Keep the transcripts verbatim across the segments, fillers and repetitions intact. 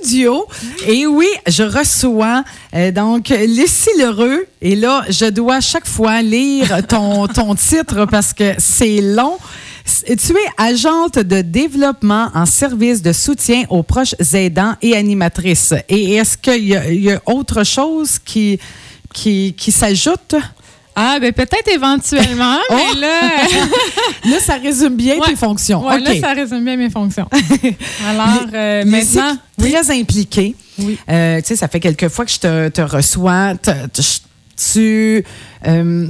studio. Et oui, je reçois euh, donc Lucie Lheureux. Et là, je dois chaque fois lire ton, ton titre parce que c'est long. Tu es agente de développement en service de soutien aux proches aidants et animatrice. Et est-ce qu'il y a, il y a autre chose qui, qui, qui s'ajoute? Ah, ben peut-être éventuellement, oh! mais là... là, ça résume bien ouais, tes fonctions. Oui, okay. là, ça résume bien mes fonctions. Alors, euh, Les, maintenant... Les très oui. impliquée. Oui. Euh, tu sais, ça fait quelques fois que je te, te reçois. Te, te, tu... Euh,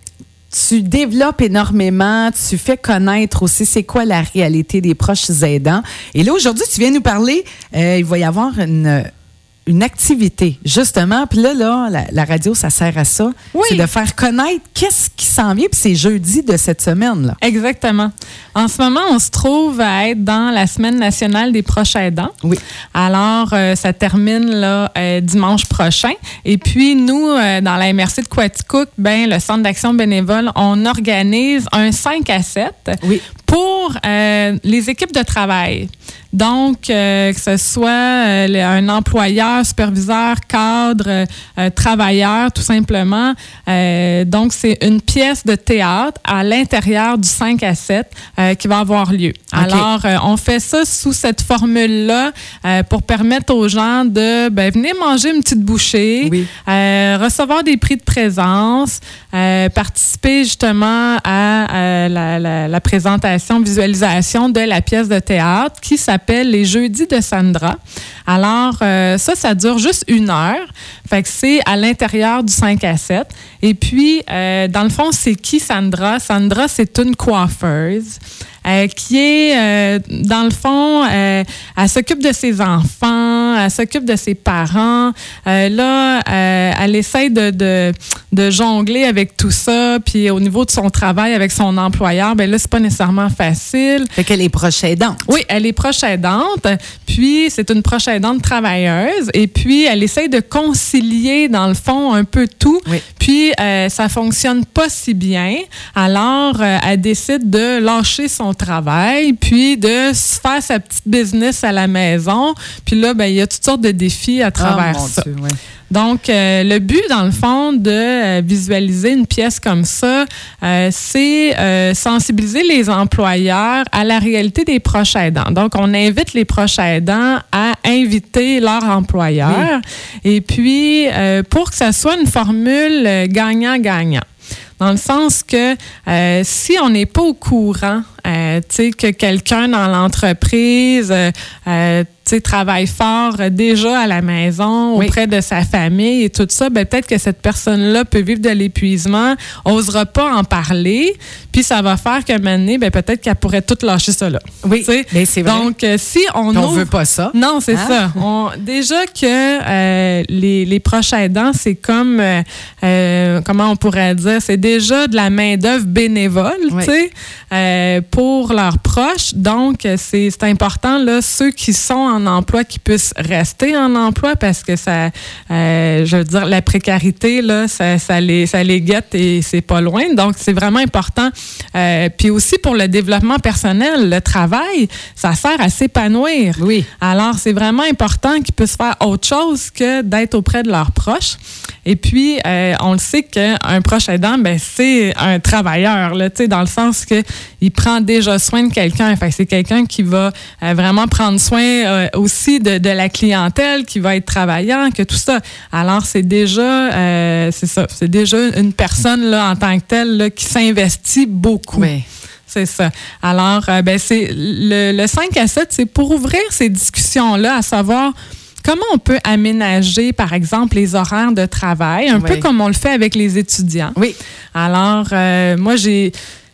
Tu développes énormément, tu fais connaître aussi c'est quoi la réalité des proches aidants. Et là, aujourd'hui, tu viens nous parler, euh, il va y avoir une, une activité, justement. Puis là, là la, la radio, ça sert à ça. Oui. C'est de faire connaître qu'est-ce qui s'en vient. Puis c'est jeudi de cette semaine-là. Exactement. En ce moment, on se trouve à être dans la Semaine nationale des proches aidants. Oui. Alors, euh, ça termine là, euh, dimanche prochain. Et puis, nous, euh, dans la M R C de Coaticook, ben, le Centre d'action bénévole, on organise un cinq à sept oui. pour euh, les équipes de travail. Donc, euh, que ce soit euh, un employeur, superviseur, cadre, euh, travailleur, tout simplement. Euh, donc, c'est une pièce de théâtre à l'intérieur du cinq à sept euh, qui va avoir lieu. Okay. Alors, euh, on fait ça sous cette formule-là euh, pour permettre aux gens de ben, venir manger une petite bouchée, oui. euh, recevoir des prix de présence, euh, participer justement à euh, la, la, la présentation, visualisation de la pièce de théâtre qui s'appelle Les Jeudis de Sandra. Alors, euh, ça, ça dure juste une heure. Fait que c'est à l'intérieur du cinq à sept. Et puis, euh, dans le fond, c'est qui Sandra? Sandra, c'est une coiffeuse. Euh, qui est, euh, dans le fond, euh, elle s'occupe de ses enfants, elle s'occupe de ses parents. Euh, là, euh, elle essaie de, de, de jongler avec tout ça. Puis au niveau de son travail avec son employeur, ben là, c'est pas nécessairement facile. Fait qu'elle est proche aidante. Oui, elle est proche aidante. Puis c'est une proche aidante travailleuse. Et puis, elle essaie de concilier, dans le fond, un peu tout. Oui. Puis, euh, ça fonctionne pas si bien. Alors, euh, elle décide de lâcher son travail, puis de se faire sa petite business à la maison. Puis là, ben, il y a toutes sortes de défis à travers oh, mon ça. Dieu, ouais. Donc, euh, le but, dans le fond, de euh, visualiser une pièce comme ça, euh, c'est euh, sensibiliser les employeurs à la réalité des proches aidants. Donc, on invite les proches aidants à inviter leur employeur. Oui. Et puis, euh, pour que ça soit une formule euh, gagnant-gagnant. Dans le sens que euh, si on n'est pas au courant, euh, tu sais, que quelqu'un dans l'entreprise, euh, euh, tu sais, travaille fort euh, déjà à la maison, oui. auprès de sa famille et tout ça, ben peut-être que cette personne-là peut vivre de l'épuisement, n'osera pas en parler, puis ça va faire qu'à un moment donné, ben peut-être qu'elle pourrait tout lâcher ça là. Oui, mais c'est vrai. Donc, euh, si on on ouvre... veut pas ça. Non, c'est hein? ça. On, déjà que euh, les, les proches aidants, c'est comme, euh, euh, comment on pourrait dire, c'est déjà de la main-d'œuvre bénévole, oui. tu sais, euh, pour leurs proches. Donc, c'est, c'est important, là, ceux qui sont en emploi, qui puissent rester en emploi parce que ça, euh, je veux dire, la précarité, là, ça, ça, les, ça les guette et c'est pas loin. Donc, c'est vraiment important. Euh, puis aussi pour le développement personnel, le travail, ça sert à s'épanouir. Oui. Alors, c'est vraiment important qu'ils puissent faire autre chose que d'être auprès de leurs proches. Et puis, euh, on le sait qu'un proche aidant, ben, c'est un travailleur, là, tu sais, dans le sens que il prend déjà soin de quelqu'un. Fait que c'est quelqu'un qui va euh, vraiment prendre soin euh, aussi de, de la clientèle, qui va être travaillant, que tout ça. Alors, c'est déjà, euh, c'est ça, c'est déjà une personne, là, en tant que telle, là, qui s'investit beaucoup. Oui. C'est ça. Alors, euh, ben, c'est le, le cinq à sept, c'est pour ouvrir ces discussions-là, à savoir comment on peut aménager, par exemple, les horaires de travail, un oui. peu comme on le fait avec les étudiants. Oui. Alors, euh, moi, j'ai...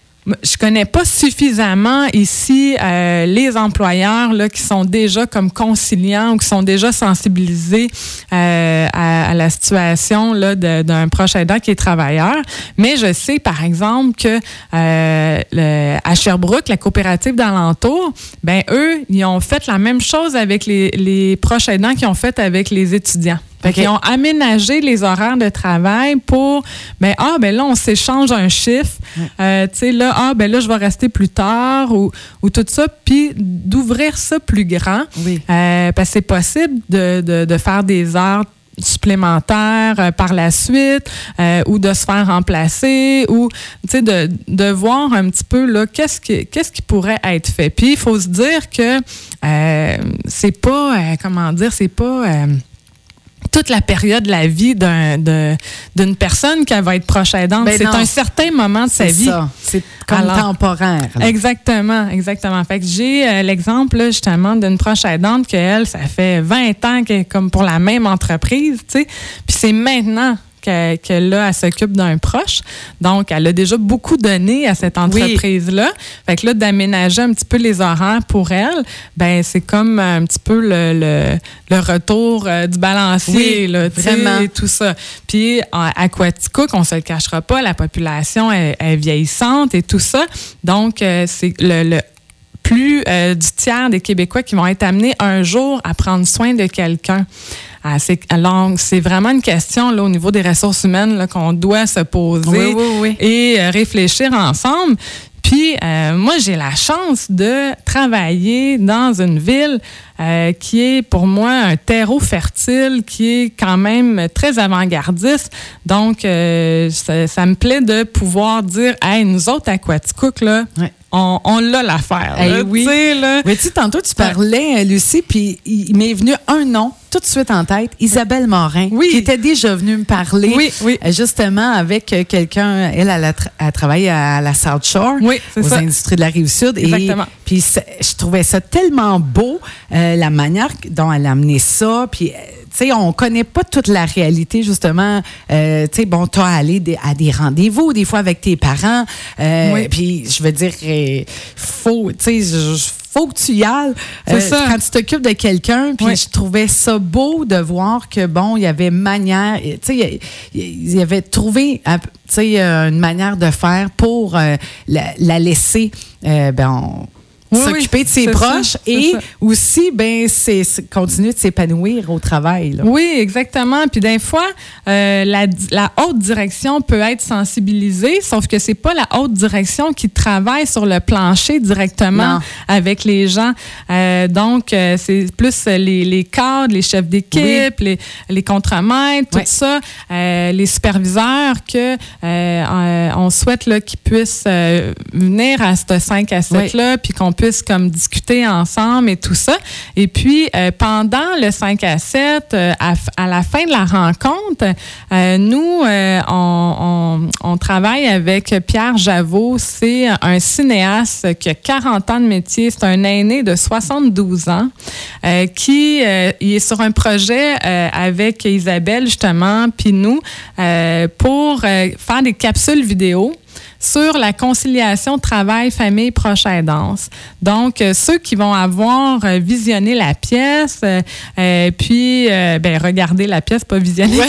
Je connais pas suffisamment ici euh, les employeurs là, qui sont déjà comme conciliants ou qui sont déjà sensibilisés euh, à, à la situation là, de, d'un proche aidant qui est travailleur. Mais je sais, par exemple, que euh, le, à Sherbrooke, la coopérative d'alentour, ben eux, ils ont fait la même chose avec les, les proches aidants qu'ils ont fait avec les étudiants. Fait Okay. qu'ils ont aménagé les horaires de travail pour, ben ah, ben là, on s'échange un chiffre. Ouais. Euh, tu sais, là, ah, ben là, je vais rester plus tard ou, ou tout ça. Puis d'ouvrir ça plus grand. Oui. Euh, parce que c'est possible de, de, de faire des heures supplémentaires euh, par la suite euh, ou de se faire remplacer ou tu sais de, de voir un petit peu là qu'est-ce qui qu'est-ce qui pourrait être fait. Puis il faut se dire que euh, c'est pas euh, comment dire c'est pas euh, toute la période de la vie d'un, de, d'une personne qui va être proche aidante. Ben c'est non. un certain moment de sa C'est vie. ça. C'est comme Alors, temporaire. là. Exactement, exactement. Fait que j'ai euh, l'exemple là, justement d'une proche aidante qu'elle, ça fait vingt ans qu'elle est comme pour la même entreprise, tu sais. Puis c'est maintenant que, que là, elle s'occupe d'un proche. Donc, elle a déjà beaucoup donné à cette entreprise-là. Oui. Fait que là, d'aménager un petit peu les horaires pour elle, ben c'est comme un petit peu le, le, le retour euh, du balancier, oui, là, vraiment. Et tout ça. Puis, à Aquaticook, on se le cachera pas, la population est, est vieillissante et tout ça. Donc, euh, c'est le, le plus euh, du tiers des Québécois qui vont être amenés un jour à prendre soin de quelqu'un. Ah, c'est, alors, c'est vraiment une question là, au niveau des ressources humaines là, qu'on doit se poser oui, oui, oui. et euh, réfléchir ensemble. Puis, euh, moi, j'ai la chance de travailler dans une ville euh, qui est, pour moi, un terreau fertile, qui est quand même très avant-gardiste. Donc, euh, ça, ça me plaît de pouvoir dire, « Hey, nous autres, à Aquaticook, là, ouais. on, on l'a l'affaire. Hey, là, oui. Là. Mais tu sais, tantôt, tu parlais, Lucie, puis il m'est venu un nom tout de suite en tête, Isabelle Morin, oui. qui était déjà venue me parler, oui, oui. justement, avec quelqu'un, elle, elle a, tra- elle a travaillé à la South Shore, oui, c'est aux ça. industries de la Rive-Sud. Exactement. Et puis, je trouvais ça tellement beau, euh, la manière dont elle a amené ça, puis... Tu sais, on connaît pas toute la réalité, justement. Euh, tu sais, bon, tu as allé des, à des rendez-vous, des fois avec tes parents. Euh, oui. Puis, je veux dire, il faut, tu sais, faut que tu y ailles. C'est euh, ça. Quand tu t'occupes de quelqu'un, puis oui. je trouvais ça beau de voir que, bon, il y avait manière, tu sais, il y avait trouvé, tu sais, une manière de faire pour euh, la, la laisser, euh, ben, on, Oui, s'occuper oui, de ses proches ça, et ça. aussi ben c'est, c'est continuer de s'épanouir au travail. Là. Oui, exactement. Puis des fois, euh, la, la haute direction peut être sensibilisée, sauf que c'est pas la haute direction qui travaille sur le plancher directement non. avec les gens. Euh, donc, euh, c'est plus les, les cadres, les chefs d'équipe, oui. les, les contremaîtres, tout oui. ça, euh, les superviseurs que euh, on souhaite là, qu'ils puissent euh, venir à ce cinq à sept-là, oui. puis qu'on puisse comme discuter ensemble et tout ça. Et puis, euh, pendant le cinq à sept, euh, à, à la fin de la rencontre, euh, nous, euh, on, on, on travaille avec Pierre Javot. C'est un cinéaste qui a quarante ans de métier. C'est un aîné de soixante-douze ans euh, qui euh, il est sur un projet euh, avec Isabelle, justement, puis nous, euh, pour euh, faire des capsules vidéo sur la conciliation travail-famille proche aidance. Donc, euh, ceux qui vont avoir euh, visionné la pièce, euh, euh, puis, euh, ben, regarder la pièce, pas visionner, ouais.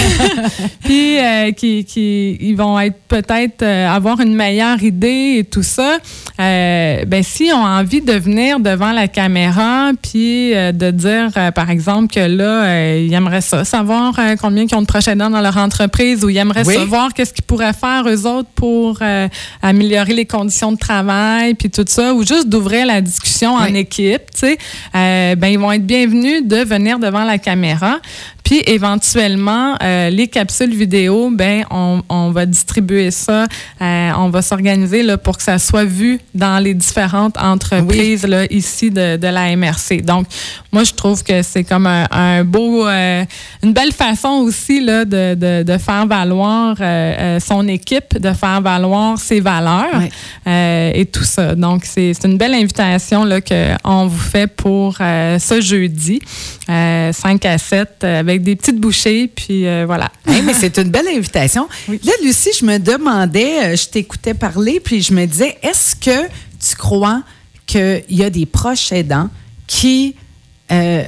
puis euh, qui, qui ils vont être peut-être euh, avoir une meilleure idée et tout ça, euh, ben, si ont envie de venir devant la caméra, puis euh, de dire, euh, par exemple, que là, euh, ils aimeraient ça, savoir euh, combien ils ont de proches aidants dans leur entreprise, ou ils aimeraient oui. savoir qu'est-ce qu'ils pourraient faire, eux autres, pour Euh, améliorer les conditions de travail, puis tout ça, ou juste d'ouvrir la discussion oui. en équipe, tu sais, euh, ben, ils vont être bienvenus de venir devant la caméra. Puis, éventuellement, euh, les capsules vidéo, ben, on, on va distribuer ça, euh, on va s'organiser là, pour que ça soit vu dans les différentes entreprises oui. là, ici de, de la M R C. Donc, moi, je trouve que c'est comme un, un beau, euh, une belle façon aussi là, de, de, de faire valoir euh, euh, son équipe, de faire valoir ses valeurs oui. euh, et tout ça. Donc, c'est, c'est une belle invitation là, qu'on vous fait pour euh, ce jeudi, euh, cinq à sept, avec des petites bouchées, puis euh, voilà. Hey, mais c'est une belle invitation. Oui. Là, Lucie, je me demandais, je t'écoutais parler, puis je me disais, est-ce que tu crois qu'il y a des proches aidants qui, euh,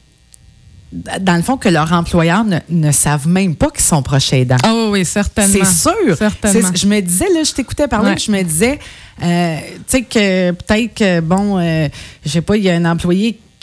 dans le fond, que leurs employeurs ne, ne savent même pas qu'ils sont proches aidants? Ah oh, oui, certainement. C'est sûr. Certainement. C'est, je me disais, là, je t'écoutais parler, ouais. puis je me disais, euh, tu sais, que peut-être que, bon, euh, je sais pas, il y a un employé qui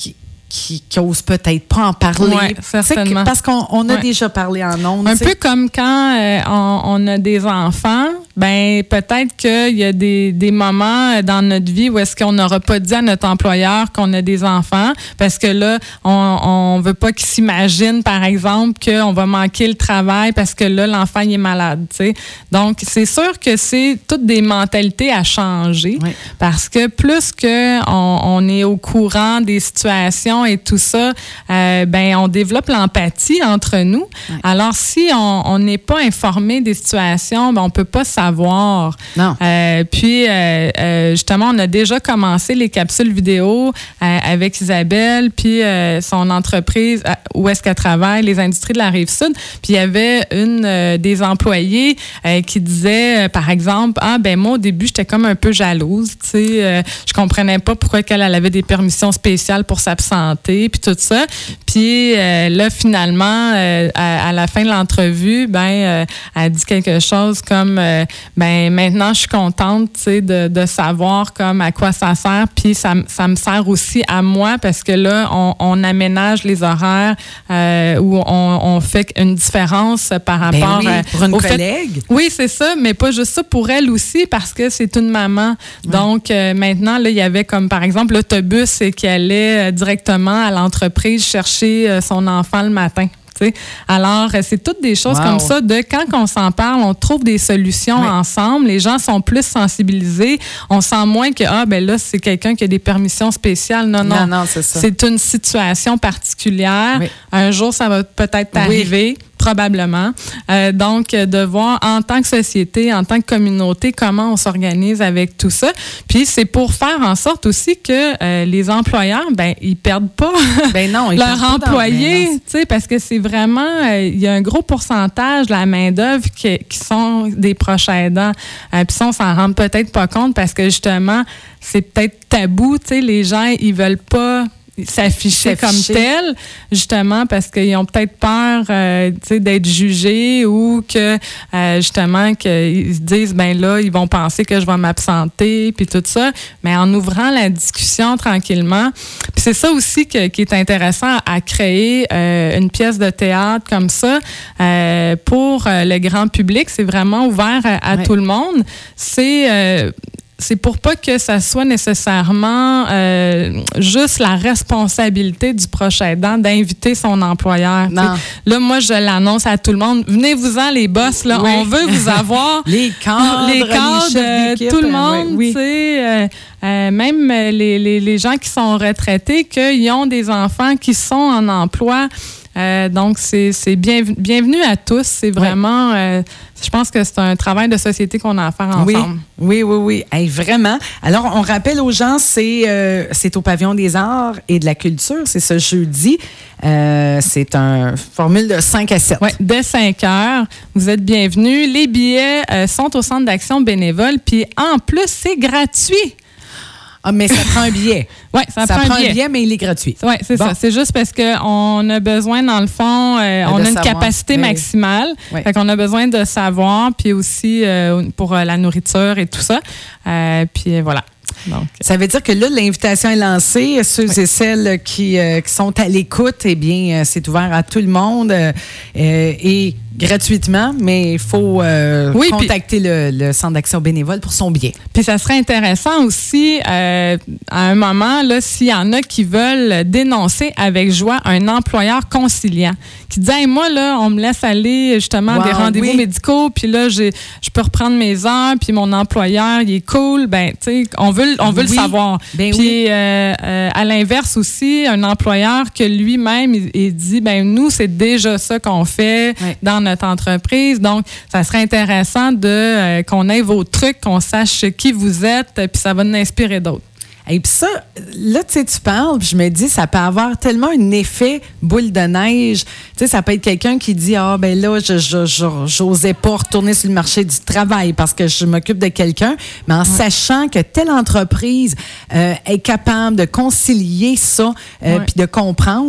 qui n'osent peut-être pas en parler. Oui, certainement. Que, parce qu'on on a ouais. déjà parlé en ondes. Un t'sais. peu comme quand euh, on, on a des enfants, ben peut-être qu'il y a des, des moments dans notre vie où est-ce qu'on n'aura pas dit à notre employeur qu'on a des enfants, parce que là, on ne veut pas qu'il s'imagine, par exemple, qu'on va manquer le travail parce que là, l'enfant il est malade. T'sais. Donc, c'est sûr que c'est toutes des mentalités à changer, oui. parce que plus qu'on on est au courant des situations et tout ça, euh, ben on développe l'empathie entre nous. Oui. Alors, si on n'est pas informé des situations, ben on peut pas savoir. Non. Euh, puis, euh, euh, justement, on a déjà commencé les capsules vidéo euh, avec Isabelle, puis euh, son entreprise, euh, où est-ce qu'elle travaille, les industries de la Rive-Sud. Puis, il y avait une euh, des employés euh, qui disait, euh, par exemple, « Ah, ben moi, au début, j'étais comme un peu jalouse, tu sais, euh, je comprenais pas pourquoi qu'elle elle avait des permissions spéciales pour s'absenter, puis tout ça. Puis, euh, là, finalement, euh, à, à la fin de l'entrevue, ben, euh, elle dit quelque chose comme... Euh, ben maintenant je suis contente, tu sais, de, de savoir comme à quoi ça sert, puis ça, ça me sert aussi à moi parce que là on, on aménage les horaires euh, où on, on fait une différence par rapport ben oui, pour une au collègue. Fait, oui, c'est ça, mais pas juste ça, pour elle aussi parce que c'est une maman. Ouais. Donc euh, maintenant là il y avait comme par exemple l'autobus qui allait directement à l'entreprise chercher euh, son enfant le matin. T'sais. Alors, c'est toutes des choses wow. comme ça. De quand on s'en parle, on trouve des solutions oui. ensemble. Les gens sont plus sensibilisés. On sent moins que, ah, ben là, c'est quelqu'un qui a des permissions spéciales. Non, non. Non, non, c'est ça. C'est une situation particulière. Oui. Un jour, ça va peut-être arriver. Oui. Probablement. Euh, donc, de voir en tant que société, en tant que communauté, comment on s'organise avec tout ça. Puis, c'est pour faire en sorte aussi que euh, les employeurs, ben, ils perdent pas ben non, ils leurs employés, tu sais, parce que c'est vraiment, il euh, y a un gros pourcentage de la main-d'œuvre qui, qui sont des proches aidants. Euh, puis ça, on s'en rend peut-être pas compte parce que justement, c'est peut-être tabou, tu sais, les gens, ils veulent pas s'afficher comme tel, justement parce qu'ils ont peut-être peur euh, d'être jugés ou que euh, justement qu'ils se disent ben là ils vont penser que je vais m'absenter puis tout ça, mais en ouvrant la discussion tranquillement, puis c'est ça aussi que, qui est intéressant à créer euh, une pièce de théâtre comme ça euh, pour euh, le grand public, c'est vraiment ouvert à, à ouais. tout le monde, c'est euh, c'est pour pas que ça soit nécessairement euh, juste la responsabilité du proche aidant d'inviter son employeur. Non. Là, moi, je l'annonce à tout le monde. Venez-vous-en, les boss, là. Oui. On veut vous avoir. les cadres, les cadres, les tout le monde, oui. tu sais. Euh, euh, même les, les, les gens qui sont retraités, qu'ils ont des enfants qui sont en emploi. Euh, donc, c'est, c'est bien, bienvenue à tous. C'est vraiment, oui. euh, je pense que c'est un travail de société qu'on a à faire ensemble. Oui, oui, oui. oui. Hey, vraiment. Alors, on rappelle aux gens, c'est, euh, c'est au Pavillon des Arts et de la Culture. C'est ce jeudi. Euh, c'est une formule de cinq à sept. Oui, dès cinq heures. Vous êtes bienvenus. Les billets euh, sont au Centre d'action bénévole. Puis, en plus, c'est gratuit. Ah, mais ça prend un billet. Oui, ça, ça prend, prend un billet. un billet, mais il est gratuit. Oui, c'est bon. ça. C'est juste parce qu'on a besoin, dans le fond, euh, on a une savoir. capacité oui. maximale. Oui. Fait qu'on a besoin de savoir, puis aussi euh, pour euh, la nourriture et tout ça. Euh, puis voilà. Donc, ça veut dire que là, l'invitation est lancée. Ceux oui. et celles qui, euh, qui sont à l'écoute, eh bien, c'est ouvert à tout le monde euh, et gratuitement, mais il faut euh, oui, contacter pis, le, le Centre d'action bénévole pour son billet. Puis ça serait intéressant aussi, euh, à un moment, là, s'il y en a qui veulent dénoncer avec joie un employeur conciliant, qui dit hey, « moi, là, on me laisse aller justement wow, à des rendez-vous oui. médicaux, puis là, j'ai, je peux reprendre mes heures, puis mon employeur, il est cool. » Ben, tu sais, on veut, on veut oui. le savoir. Ben puis oui. euh, euh, à l'inverse aussi, un employeur que lui-même, il, il dit « ben nous, c'est déjà ça qu'on fait oui. dans notre entreprise. » Donc, ça serait intéressant de euh, qu'on ait vos trucs, qu'on sache qui vous êtes, puis ça va nous inspirer d'autres. Et puis ça, là, tu sais, tu parles, puis je me dis, ça peut avoir tellement un effet boule de neige. Tu sais, ça peut être quelqu'un qui dit, ah, oh, ben là, je, je, je, j'osais pas retourner sur le marché du travail parce que je m'occupe de quelqu'un, mais en ouais. sachant que telle entreprise euh, est capable de concilier ça, euh, ouais. puis de comprendre.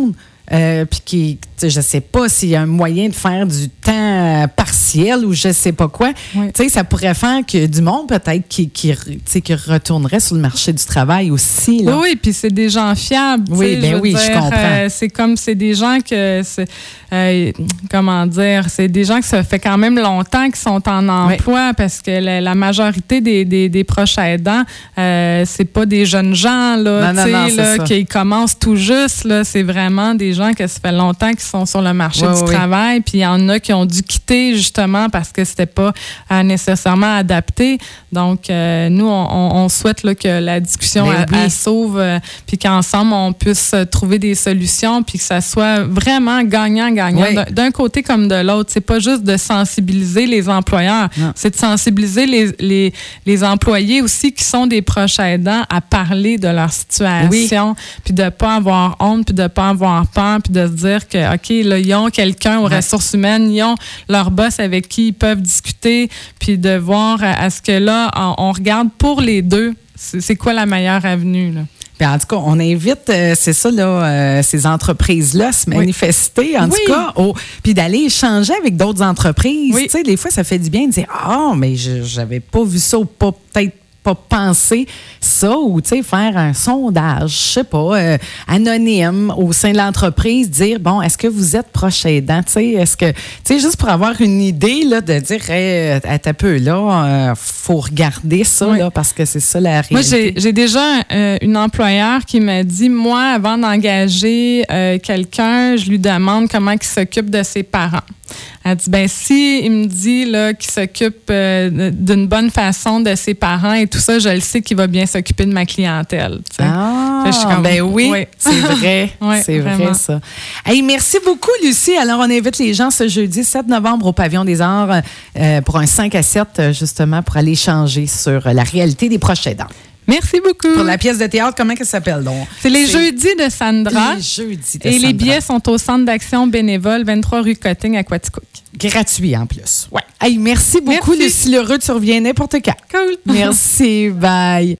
euh, puis qui, je ne sais pas s'il y a un moyen de faire du temps partiel ou je ne sais pas quoi, oui. tu sais, ça pourrait faire que du monde peut-être qui, qui, qui retournerait sur le marché du travail aussi. Là. Oui, oui, puis c'est des gens fiables. Oui, bien oui, dire, je comprends. Euh, c'est comme, c'est des gens que, c'est, euh, comment dire, c'est des gens que ça fait quand même longtemps qu'ils sont en emploi oui. parce que la, la majorité des, des, des proches aidants, euh, c'est pas des jeunes gens là, non, non, non, là qui commencent tout juste. Là, c'est vraiment des gens que ça fait longtemps qu'ils sont sur le marché oui, du oui. travail. Puis il y en a qui ont dû quitter justement parce que c'était pas euh, nécessairement adapté. Donc, euh, nous, on, on souhaite là, que la discussion ben, elle, oui. elle s'ouvre euh, puis qu'ensemble, on puisse trouver des solutions puis que ça soit vraiment gagnant-gagnant oui. d'un, d'un côté comme de l'autre. C'est pas juste de sensibiliser les employeurs, non. c'est de sensibiliser les, les, les employés aussi qui sont des proches aidants à parler de leur situation oui. puis de pas avoir honte puis de pas avoir peur puis de se dire que, OK, là, ils ont quelqu'un aux ouais. ressources humaines, ils ont leur boss avec qui ils peuvent discuter puis de voir à, à ce que là, on, on regarde pour les deux, c'est, c'est quoi la meilleure avenue, là. Puis en tout cas, on invite, euh, c'est ça, là, euh, ces entreprises-là à se manifester, oui. en oui. tout cas, au, puis d'aller échanger avec d'autres entreprises. Oui. Tu sais, des fois, ça fait du bien de dire « Ah, oh, mais je j'avais pas vu ça ou pas peut-être pas penser ça ou, tu sais, faire un sondage, je sais pas, euh, anonyme au sein de l'entreprise, dire, bon, est-ce que vous êtes proche aidant, tu sais, est-ce que, tu sais, juste pour avoir une idée, là, de dire, hey, à ta peu, là, euh, faut regarder ça, oui. là, parce que c'est ça la réalité. Moi, j'ai, j'ai déjà euh, une employeur qui m'a dit, moi, avant d'engager euh, quelqu'un, je lui demande comment il s'occupe de ses parents. Elle dit, ben si il me dit là, qu'il s'occupe euh, d'une bonne façon de ses parents et tout ça, je le sais qu'il va bien s'occuper de ma clientèle. T'sais. Ah, je suis comme, ben oui, oui. c'est vrai. oui, c'est vraiment. vrai, ça. Hey, merci beaucoup, Lucie. Alors, on invite les gens ce jeudi sept novembre au Pavillon des Arts euh, pour un cinq à sept, justement, pour aller échanger sur la réalité des proches aidants. Merci beaucoup. Pour la pièce de théâtre, comment elle s'appelle donc? C'est les c'est jeudis de Sandra. Les jeudis de Et Sandra. Les billets sont au Centre d'action bénévole, vingt-trois rue Cotting à Quaticook. Gratuit en plus. Ouais. Hey, merci beaucoup, merci. Lucie Lheureux. Tu reviens n'importe quand. Cool. Merci. Bye.